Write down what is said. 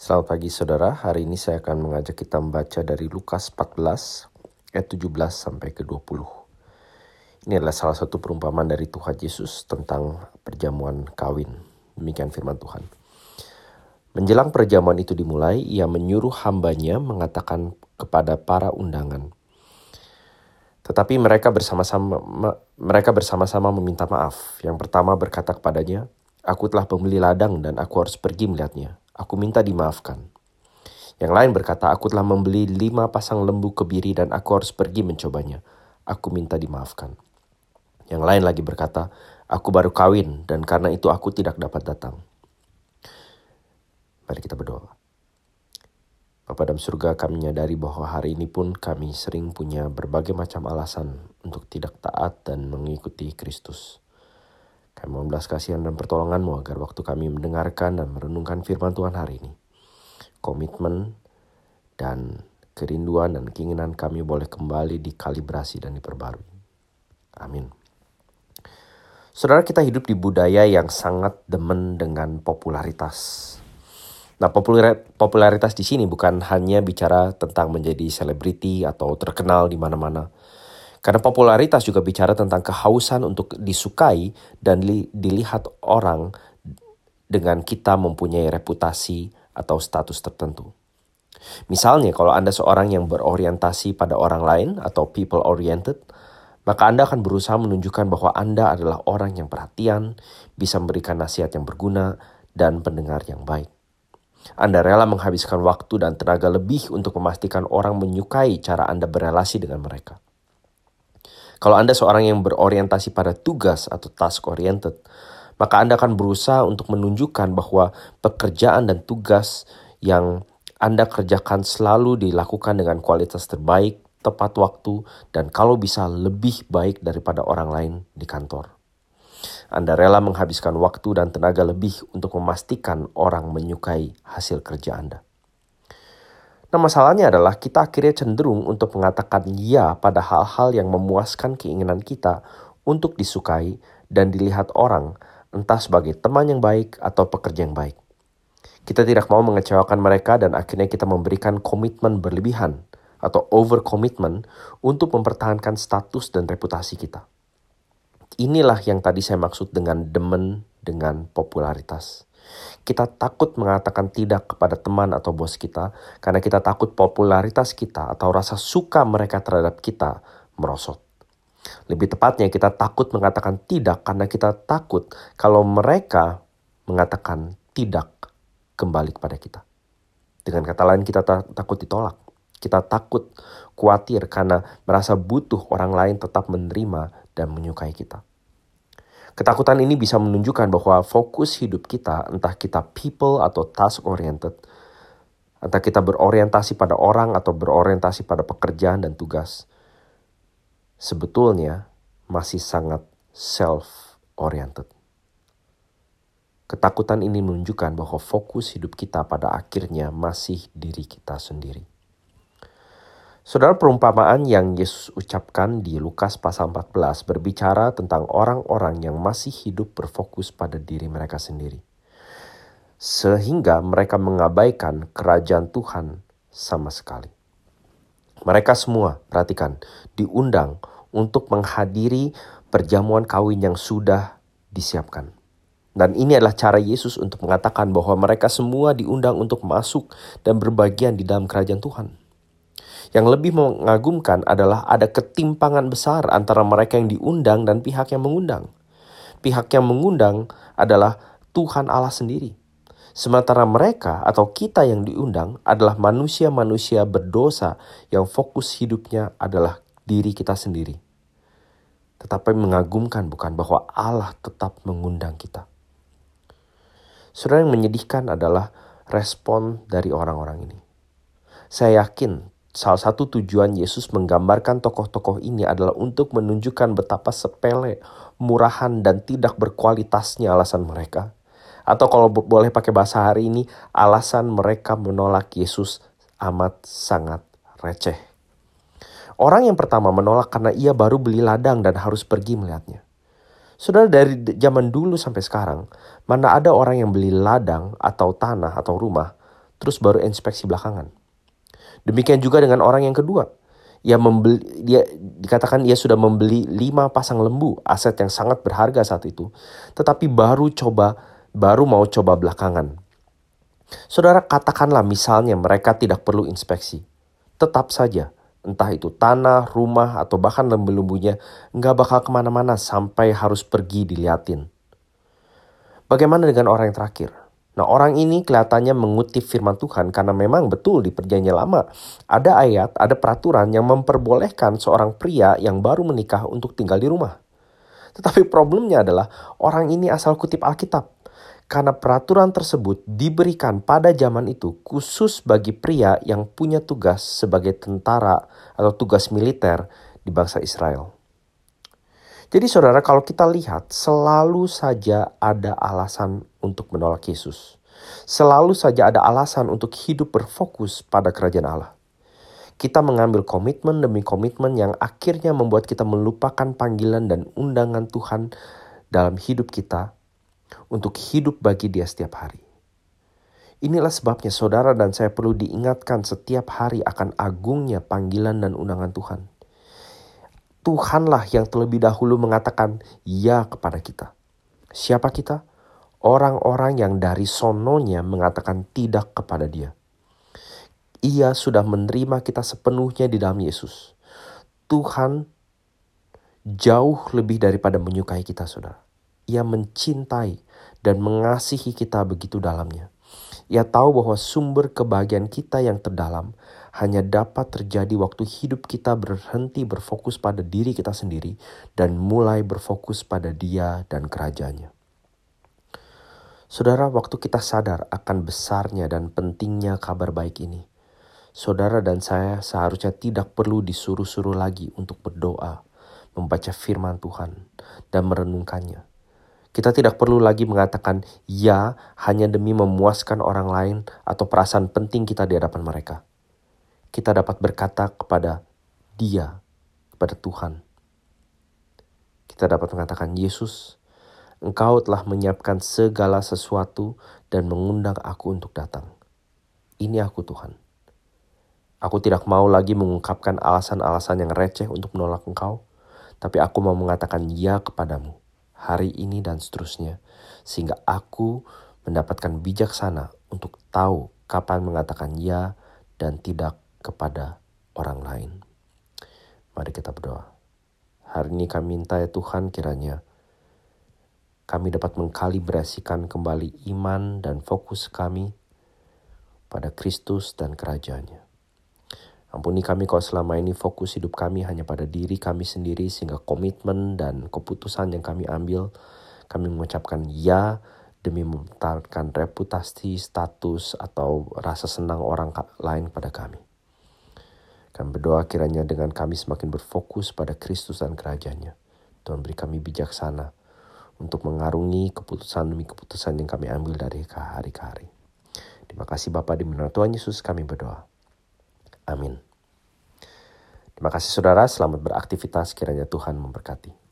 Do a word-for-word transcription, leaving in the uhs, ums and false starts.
Selamat pagi saudara, hari ini saya akan mengajak kita membaca dari Lukas empat belas ayat tujuh belas sampai ke dua puluh. Ini adalah salah satu perumpamaan dari Tuhan Yesus tentang perjamuan kawin. Demikian firman Tuhan. Menjelang perjamuan itu dimulai, ia menyuruh hambanya mengatakan kepada para undangan. Tetapi mereka bersama-sama mereka bersama-sama meminta maaf. Yang pertama berkata kepadanya, "Aku telah membeli ladang dan aku harus pergi melihatnya. Aku minta dimaafkan." Yang lain berkata, "Aku telah membeli lima pasang lembu kebiri dan aku harus pergi mencobanya. Aku minta dimaafkan." Yang lain lagi berkata, "Aku baru kawin dan karena itu aku tidak dapat datang." Mari kita berdoa. Bapa dalam surga, kami menyadari bahwa hari ini pun kami sering punya berbagai macam alasan untuk tidak taat dan mengikuti Kristus. Kami mohon belas kasihan dan pertolongan-Mu agar waktu kami mendengarkan dan merenungkan firman Tuhan hari ini, komitmen dan kerinduan dan keinginan kami boleh kembali dikalibrasi dan diperbarui. Amin. Saudara, kita hidup di budaya yang sangat demen dengan popularitas. Nah, popularitas di sini bukan hanya bicara tentang menjadi selebriti atau terkenal di mana-mana. Karena popularitas juga bicara tentang kehausan untuk disukai dan li- dilihat orang dengan kita mempunyai reputasi atau status tertentu. Misalnya, kalau Anda seorang yang berorientasi pada orang lain atau people oriented, maka Anda akan berusaha menunjukkan bahwa Anda adalah orang yang perhatian, bisa memberikan nasihat yang berguna, dan pendengar yang baik. Anda rela menghabiskan waktu dan tenaga lebih untuk memastikan orang menyukai cara Anda berelasi dengan mereka. Kalau Anda seorang yang berorientasi pada tugas atau task oriented, maka Anda akan berusaha untuk menunjukkan bahwa pekerjaan dan tugas yang Anda kerjakan selalu dilakukan dengan kualitas terbaik, tepat waktu, dan kalau bisa lebih baik daripada orang lain di kantor. Anda rela menghabiskan waktu dan tenaga lebih untuk memastikan orang menyukai hasil kerja Anda. Nah, masalahnya adalah kita akhirnya cenderung untuk mengatakan ya pada hal-hal yang memuaskan keinginan kita untuk disukai dan dilihat orang, entah sebagai teman yang baik atau pekerja yang baik. Kita tidak mau mengecewakan mereka dan akhirnya kita memberikan komitmen berlebihan atau over commitment untuk mempertahankan status dan reputasi kita. Inilah yang tadi saya maksud dengan demen dengan popularitas. Kita takut mengatakan tidak kepada teman atau bos kita karena kita takut popularitas kita atau rasa suka mereka terhadap kita merosot. Lebih tepatnya kita takut mengatakan tidak karena kita takut kalau mereka mengatakan tidak kembali kepada kita. Dengan kata lain, kita ta- takut ditolak. Kita takut, khawatir karena merasa butuh orang lain tetap menerima dan menyukai kita. Ketakutan ini bisa menunjukkan bahwa fokus hidup kita, entah kita people atau task oriented, entah kita berorientasi pada orang atau berorientasi pada pekerjaan dan tugas, sebetulnya masih sangat self oriented. Ketakutan ini menunjukkan bahwa fokus hidup kita pada akhirnya masih diri kita sendiri. Saudara, perumpamaan yang Yesus ucapkan di Lukas pasal empat belas berbicara tentang orang-orang yang masih hidup berfokus pada diri mereka sendiri. Sehingga mereka mengabaikan kerajaan Tuhan sama sekali. Mereka semua, perhatikan, diundang untuk menghadiri perjamuan kawin yang sudah disiapkan. Dan ini adalah cara Yesus untuk mengatakan bahwa mereka semua diundang untuk masuk dan berbagian di dalam kerajaan Tuhan. Yang lebih mengagumkan adalah ada ketimpangan besar antara mereka yang diundang dan pihak yang mengundang. Pihak yang mengundang adalah Tuhan Allah sendiri. Sementara mereka atau kita yang diundang adalah manusia-manusia berdosa yang fokus hidupnya adalah diri kita sendiri. Tetapi mengagumkan bukan bahwa Allah tetap mengundang kita. Saudara, yang menyedihkan adalah respon dari orang-orang ini. Saya yakin salah satu tujuan Yesus menggambarkan tokoh-tokoh ini adalah untuk menunjukkan betapa sepele, murahan, dan tidak berkualitasnya alasan mereka. Atau kalau boleh pakai bahasa hari ini, alasan mereka menolak Yesus amat sangat receh. Orang yang pertama menolak karena ia baru beli ladang dan harus pergi melihatnya. Saudara, dari zaman dulu sampai sekarang, mana ada orang yang beli ladang atau tanah atau rumah, terus baru inspeksi belakangan. Demikian juga dengan orang yang kedua. Ia membeli, dia dikatakan ia sudah membeli lima pasang lembu, aset yang sangat berharga saat itu, tetapi baru coba, baru mau coba belakangan. Saudara, katakanlah misalnya mereka tidak perlu inspeksi. Tetap saja, entah itu tanah, rumah, atau bahkan lembu-lembunya, nggak bakal kemana-mana sampai harus pergi diliatin. Bagaimana dengan orang yang terakhir? Nah, orang ini kelihatannya mengutip firman Tuhan karena memang betul di Perjanjian Lama ada ayat, ada peraturan yang memperbolehkan seorang pria yang baru menikah untuk tinggal di rumah. Tetapi problemnya adalah orang ini asal kutip Alkitab. Karena peraturan tersebut diberikan pada zaman itu khusus bagi pria yang punya tugas sebagai tentara atau tugas militer di bangsa Israel. Jadi saudara, kalau kita lihat selalu saja ada alasan untuk menolak Yesus. Selalu saja ada alasan untuk hidup berfokus pada kerajaan Allah. Kita mengambil komitmen demi komitmen yang akhirnya membuat kita melupakan panggilan dan undangan Tuhan dalam hidup kita untuk hidup bagi Dia setiap hari. Inilah sebabnya saudara dan saya perlu diingatkan setiap hari akan agungnya panggilan dan undangan Tuhan. Tuhanlah yang terlebih dahulu mengatakan ya kepada kita. Siapa kita? Orang-orang yang dari sononya mengatakan tidak kepada Dia. Ia sudah menerima kita sepenuhnya di dalam Yesus. Tuhan jauh lebih daripada menyukai kita, saudara. Ia mencintai dan mengasihi kita begitu dalamnya. Ia tahu bahwa sumber kebahagiaan kita yang terdalam hanya dapat terjadi waktu hidup kita berhenti berfokus pada diri kita sendiri dan mulai berfokus pada Dia dan kerajaannya. Saudara, waktu kita sadar akan besarnya dan pentingnya kabar baik ini, saudara dan saya seharusnya tidak perlu disuruh-suruh lagi untuk berdoa, membaca firman Tuhan, dan merenungkannya. Kita tidak perlu lagi mengatakan ya hanya demi memuaskan orang lain atau perasaan penting kita di hadapan mereka. Kita dapat berkata kepada Dia, kepada Tuhan. Kita dapat mengatakan, Yesus, Engkau telah menyiapkan segala sesuatu dan mengundang aku untuk datang. Ini aku, Tuhan. Aku tidak mau lagi mengungkapkan alasan-alasan yang receh untuk menolak Engkau, tapi aku mau mengatakan ya kepadamu hari ini dan seterusnya, sehingga aku mendapatkan bijaksana untuk tahu kapan mengatakan ya dan tidak kepada orang lain. Mari kita berdoa. Hari ini kami minta ya Tuhan, kiranya kami dapat mengkalibrasikan kembali iman dan fokus kami pada Kristus dan kerajaannya. Ampuni kami kalau selama ini fokus hidup kami hanya pada diri kami sendiri, sehingga komitmen dan keputusan yang kami ambil, kami mengucapkan ya demi mempertahankan reputasi, status, atau rasa senang orang lain pada kami. Kami berdoa kiranya dengan kami semakin berfokus pada Kristus dan kerajaannya, Tuhan beri kami bijaksana untuk mengarungi keputusan demi keputusan yang kami ambil dari hari ke hari. Terima kasih Bapa, di nama Tuhan Yesus kami berdoa. Amin. Terima kasih saudara, selamat beraktivitas, kiranya Tuhan memberkati.